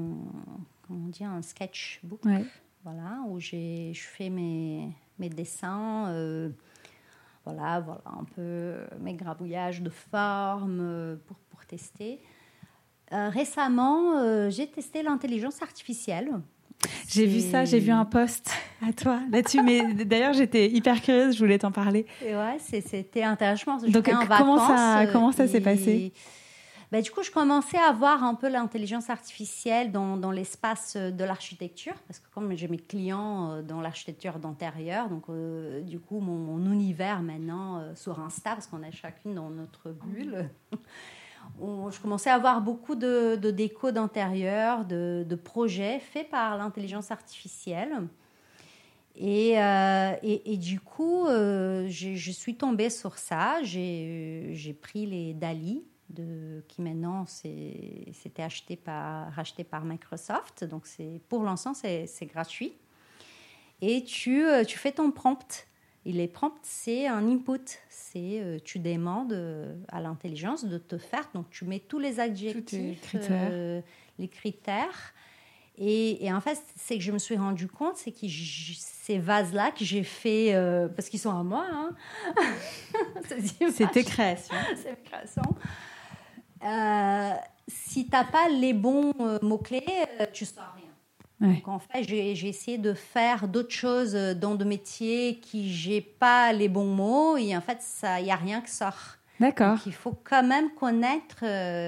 on dit, un sketchbook, où je fais mes dessins... Voilà, un peu mes grabouillages de formes pour tester. Récemment, j'ai testé l'intelligence artificielle. J'ai vu ça, j'ai vu un post à toi là-dessus. Mais d'ailleurs, j'étais hyper curieuse, je voulais t'en parler. Et ouais, c'était intéressant. Donc, comment ça s'est passé? Du coup, je commençais à voir un peu l'intelligence artificielle dans l'espace de l'architecture, parce que comme j'ai mes clients dans l'architecture d'intérieur, donc du coup, mon univers maintenant sur Insta, parce qu'on est chacune dans notre bulle, je commençais à avoir beaucoup de déco d'intérieur, de projets faits par l'intelligence artificielle. Et du coup, je suis tombée sur ça. J'ai pris les DALL-E, qui maintenant c'était racheté par Microsoft. Donc pour l'instant, c'est gratuit. Et tu fais ton prompt. Et les prompts, c'est un input. Tu demandes à l'intelligence de te faire. Donc tu mets tous les adjectifs, les critères. Et en fait, c'est que je me suis rendu compte, c'est que ces vases-là que j'ai fait, parce qu'ils sont à moi, hein. C'est tes créations. C'est mes créations. Si tu n'as pas les bons mots-clés, tu ne sors rien. Ouais. Donc, en fait, j'ai essayé de faire d'autres choses dans de métiers qui j'ai pas les bons mots et en fait, il n'y a rien qui sort. D'accord. Donc, il faut quand même connaître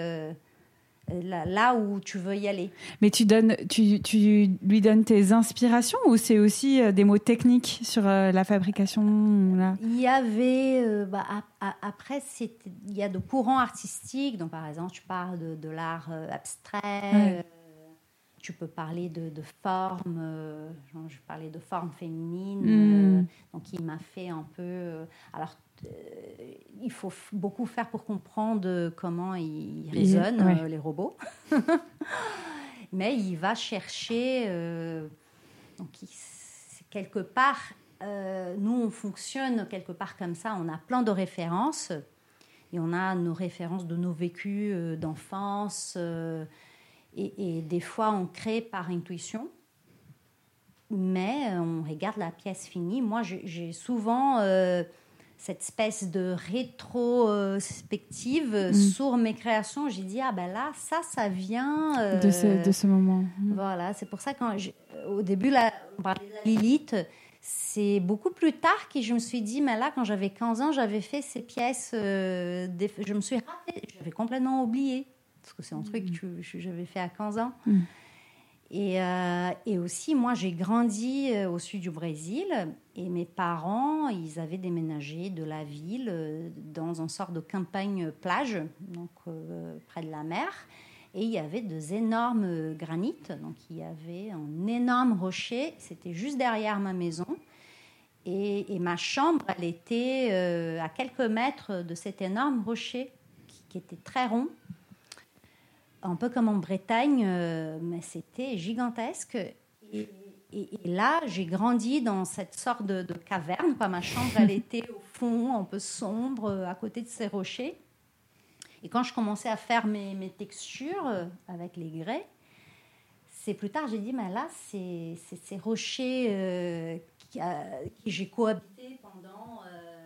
là où tu veux y aller. Mais tu lui donnes tes inspirations ou c'est aussi des mots techniques sur la fabrication là? Il y avait... après, il y a de courants artistiques. Donc, par exemple, tu parles de l'art abstrait. Ouais. Tu peux parler de formes. Je parlais de formes féminines. Donc, il m'a fait un peu... il faut beaucoup faire pour comprendre comment ils résonnent, les robots. Mais il va chercher... donc, quelque part, nous, on fonctionne quelque part comme ça. On a plein de références. Et on a nos références de nos vécus d'enfance. Et des fois, on crée par intuition. Mais on regarde la pièce finie. Moi, j'ai souvent... cette espèce de rétrospective sur mes créations. J'ai dit, là, ça vient... de ce moment. Voilà, c'est pour ça au début, là, on parlait de la Lilith, c'est beaucoup plus tard que je me suis dit, mais là, quand j'avais 15 ans, j'avais fait ces pièces, je me suis ratée, j'avais complètement oublié, parce que c'est un truc que j'avais fait à 15 ans. Et aussi, moi, j'ai grandi au sud du Brésil et mes parents, ils avaient déménagé de la ville dans une sorte de campagne plage, donc près de la mer. Et il y avait des énormes granites, donc il y avait un énorme rocher, c'était juste derrière ma maison. Et ma chambre, elle était à quelques mètres de cet énorme rocher qui était très rond. un peu comme en Bretagne, mais c'était gigantesque. Et là, j'ai grandi dans cette sorte de caverne. Ma chambre, elle était au fond, un peu sombre, à côté de ces rochers. Et quand je commençais à faire mes textures avec les grès, c'est plus tard, j'ai dit, mais là, c'est ces rochers qui j'ai cohabité pendant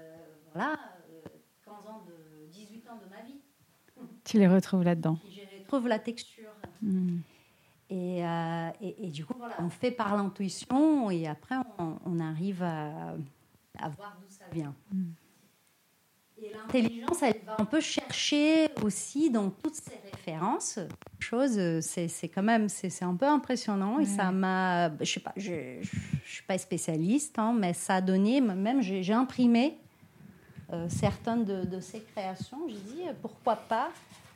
15 ans, 18 ans de ma vie. Tu les retrouves là-dedans. Je retrouve la texture. Et du coup, voilà, on fait par l'intuition et après, on arrive à voir d'où ça vient. Et l'intelligence, elle va un peu chercher aussi dans toutes ces références. C'est quand même, c'est un peu impressionnant. Et ça m'a, je sais pas, je suis pas spécialiste, hein, mais ça a donné, même j'ai imprimé certaines de ces créations. J'ai dit, pourquoi pas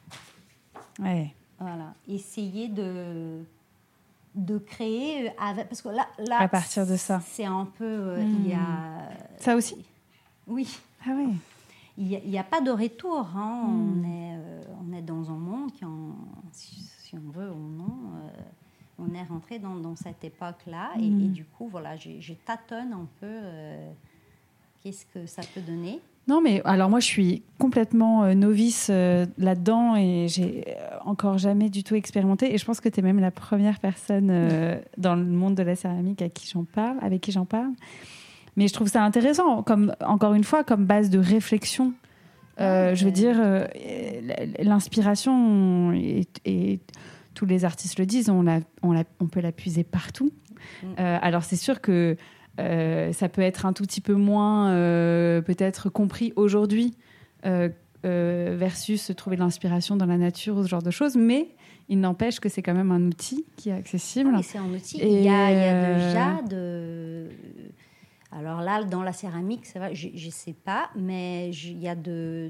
voilà, essayer de créer avec, parce que là à partir de ça, c'est un peu, il y a ça aussi. Oui. Ah oui. Il n'y a pas de retour. Hein. On est dans un monde qui, si on veut ou non, on est rentré dans cette époque-là. Et du coup, voilà, je tâtonne un peu qu'est-ce que ça peut donner. Non, mais alors moi, je suis complètement novice là-dedans et j'ai encore jamais du tout expérimenté. Et je pense que tu es même la première personne dans le monde de la céramque avec qui j'en parle. Mais je trouve ça intéressant, encore une fois, comme base de réflexion. Je veux dire, l'inspiration, et tous les artistes le disent, on peut la puiser partout. Alors c'est sûr que ça peut être un tout petit peu moins peut-être compris aujourd'hui versus trouver de l'inspiration dans la nature ou ce genre de choses, mais il n'empêche que c'est quand même un outil qui est accessible. Oui, c'est un outil. Il y a déjà alors là, dans la céramique, c'est vrai, je ne sais pas, mais il y a deux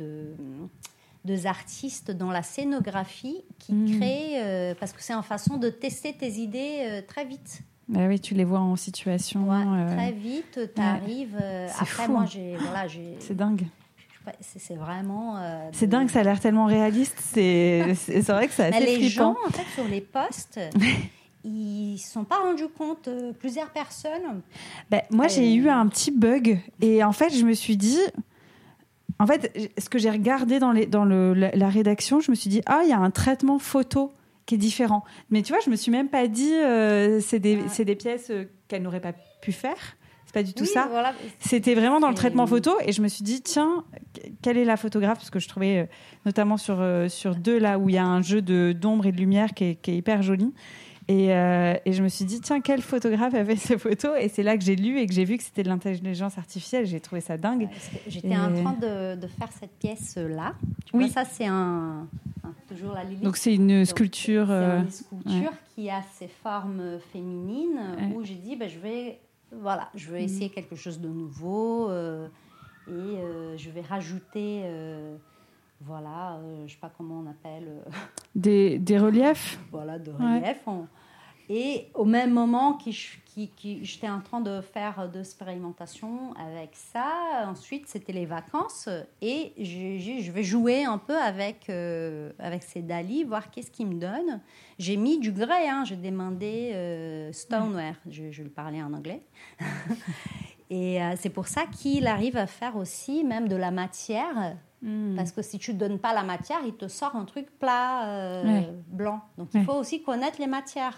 artistes dans la scénographie qui créent, parce que c'est une façon de tester tes idées très vite. Bah oui, tu les vois en situation. Très vite, tu arrives. Après, fou, moi, hein. C'est dingue. C'est vraiment... c'est dingue, ça a l'air tellement réaliste. C'est vrai que c'est assez les flippant. gens, en fait, sur les posts... Ils ne se sont pas rendus compte, plusieurs personnes. Moi, j'ai eu un petit bug. Et en fait, je me suis dit... En fait, ce que j'ai regardé dans la rédaction, je me suis dit, il y a un traitement photo qui est différent. Mais tu vois, je ne me suis même pas dit, c'est des pièces qu'elle n'aurait pas pu faire. C'est pas du tout ça. Voilà. C'était vraiment dans le traitement photo. Et je me suis dit, tiens, quelle est la photographe ? Parce que je trouvais, notamment sur deux, là où il y a un jeu d'ombre et de lumière qui est hyper joli. Et je me suis dit, tiens, quel photographe a fait ces photos ? Et c'est là que j'ai lu et que j'ai vu que c'était de l'intelligence artificielle. J'ai trouvé ça dingue. J'étais en train de faire cette pièce-là. Tu vois, ça, c'est toujours la Lilith. Donc, c'est une sculpture. C'est une sculpture qui a ses formes féminines où j'ai dit, je vais essayer quelque chose de nouveau et je vais rajouter... je ne sais pas comment on appelle... Des reliefs. Voilà, de reliefs. Et au même moment j'étais en train de faire de l'expérimentation avec ça, ensuite c'était les vacances et je vais jouer un peu avec ces Dali, voir qu'est-ce qu'ils me donnent. J'ai mis du grès, j'ai demandé stoneware, je lui parlais en anglais. Et c'est pour ça qu'il arrive à faire aussi même de la matière. Parce que si tu ne donnes pas la matière, il te sort un truc plat, blanc. Donc, il faut aussi connaître les matières.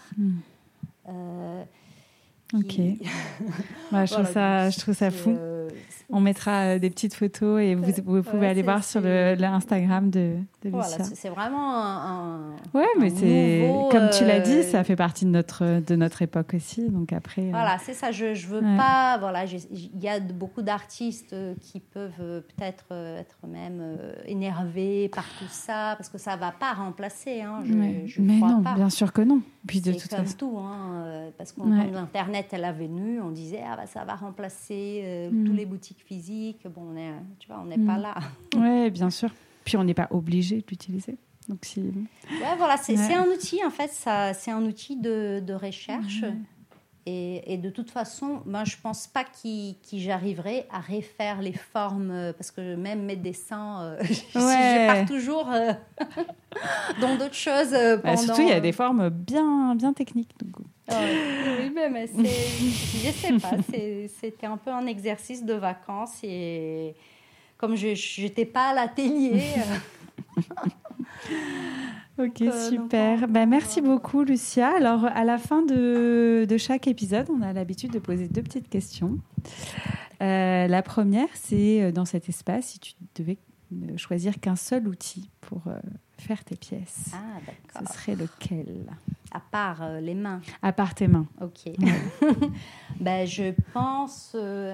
Ok. Je trouve ça fou. On mettra des petites photos et vous pouvez aller voir sur l'Instagram de Lucia. Voilà, c'est vraiment un mais c'est nouveau, comme tu l'as dit, ça fait partie de notre époque aussi. Donc après. Voilà, c'est ça. Je veux pas. Voilà, il y a beaucoup d'artistes qui peuvent peut-être être même énervés par tout ça parce que ça va pas remplacer. Mais non, pas. Bien sûr que non. Puis de toute façon, c'est tout. Parce que quand l'internet elle est venue, on disait ça va remplacer tous les boutiques physiques. Bon, on n'est pas là. Oui, bien sûr. Puis on n'est pas obligé de l'utiliser. Donc voilà, c'est un outil en fait. C'est un outil de recherche. Et de toute façon, moi, je ne pense pas j'arriverai à refaire les formes, parce que même mes dessins, je pars toujours dans d'autres choses. Surtout, il y a des formes bien, bien techniques. Oui, mais je ne sais pas, c'était un peu un exercice de vacances. Et comme je n'étais pas à l'atelier... Ok, super. Merci beaucoup, Lucia. Alors, à la fin de chaque épisode, on a l'habitude de poser 2 petites questions. La première, c'est dans cet espace, si tu devais choisir qu'un seul outil pour faire tes pièces, d'accord. Ce serait lequel? À part les mains. À part tes mains. Ok. Je pense...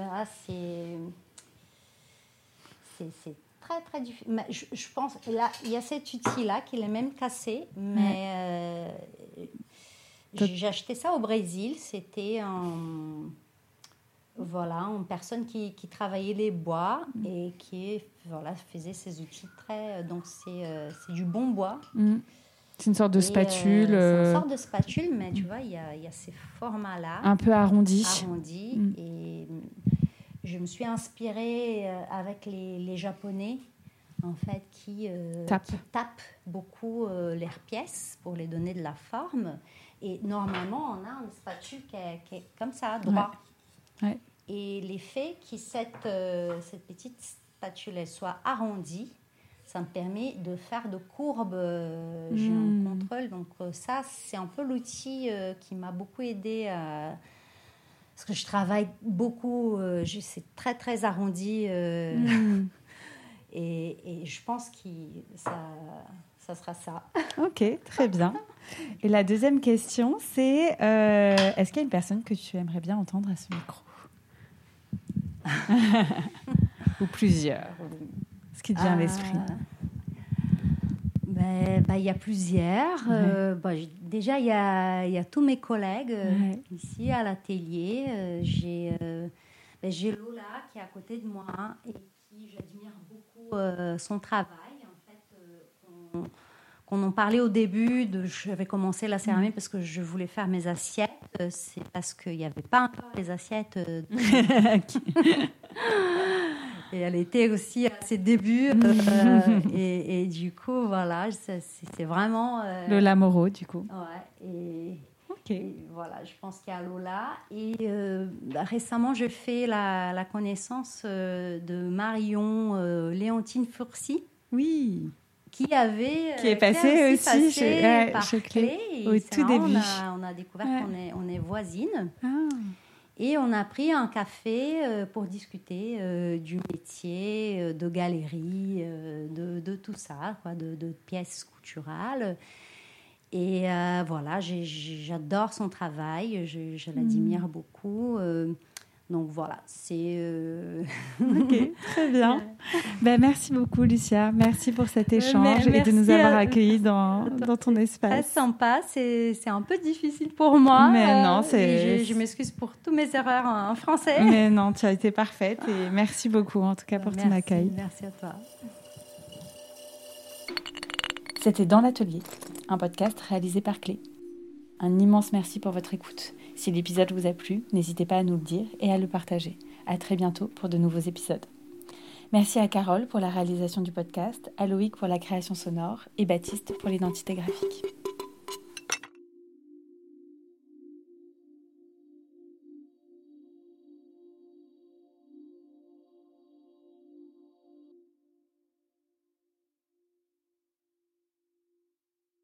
c'est très, très difficile. Je pense, là, il y a cet outil-là qui est même cassé, mais j'ai acheté ça au Brésil. C'était une personne qui travaillait les bois et qui faisait ces outils très... Donc, c'est du bon bois. C'est une sorte de spatule. C'est une sorte de spatule, mais tu vois, il y a ces formats-là. Un peu arrondis. Et je me suis inspirée avec les Japonais, en fait, qui tapent beaucoup leurs pièces pour les donner de la forme. Et normalement, on a une spatule qui est comme ça, droit. Ouais. Et l'effet que cette petite spatule elle soit arrondie, ça me permet de faire de courbes. J'ai un contrôle. Donc ça, c'est un peu l'outil qui m'a beaucoup aidée à... Parce que je travaille beaucoup, c'est très, très arrondi. Et je pense que ça sera ça. Ok, très bien. Et la deuxième question, c'est est-ce qu'il y a une personne que tu aimerais bien entendre à ce micro? Ou plusieurs? Ce qui te vient à l'esprit? Il y a plusieurs. Déjà, il y a tous mes collègues ici à l'atelier. J'ai Lola qui est à côté de moi et qui j'admire beaucoup son travail. En fait, qu'on en parlait au début, j'avais commencé la céramie parce que je voulais faire mes assiettes. C'est parce qu'il n'y avait pas encore les assiettes. Et elle était aussi à ses débuts. Et du coup, voilà, c'est vraiment... Lola Moreau, du coup. Ouais. Et voilà, je pense qu'il y a Lola. Et récemment, j'ai fait la connaissance de Marion Léontine Fourcy. Oui. Qui est passée aussi chez Clé au tout début. On a découvert qu'on est voisines. Et on a pris un café pour discuter du métier, de galerie, de tout ça, de pièces couturales. Et j'adore son travail, je l'admire beaucoup. Donc voilà, c'est... Ok, très bien. Merci beaucoup, Lucia. Merci pour cet échange et de nous avoir accueillis dans ton espace. Très sympa, c'est un peu difficile pour moi. Mais non, je m'excuse pour toutes mes erreurs en français. Mais non, tu as été parfaite et merci beaucoup en tout cas pour ton accueil. Merci à toi. C'était Dans l'Atelier, un podcast réalisé par Clé. Un immense merci pour votre écoute. Si l'épisode vous a plu, n'hésitez pas à nous le dire et à le partager. À très bientôt pour de nouveaux épisodes. Merci à Carole pour la réalisation du podcast, à Loïc pour la création sonore et Baptiste pour l'identité graphique.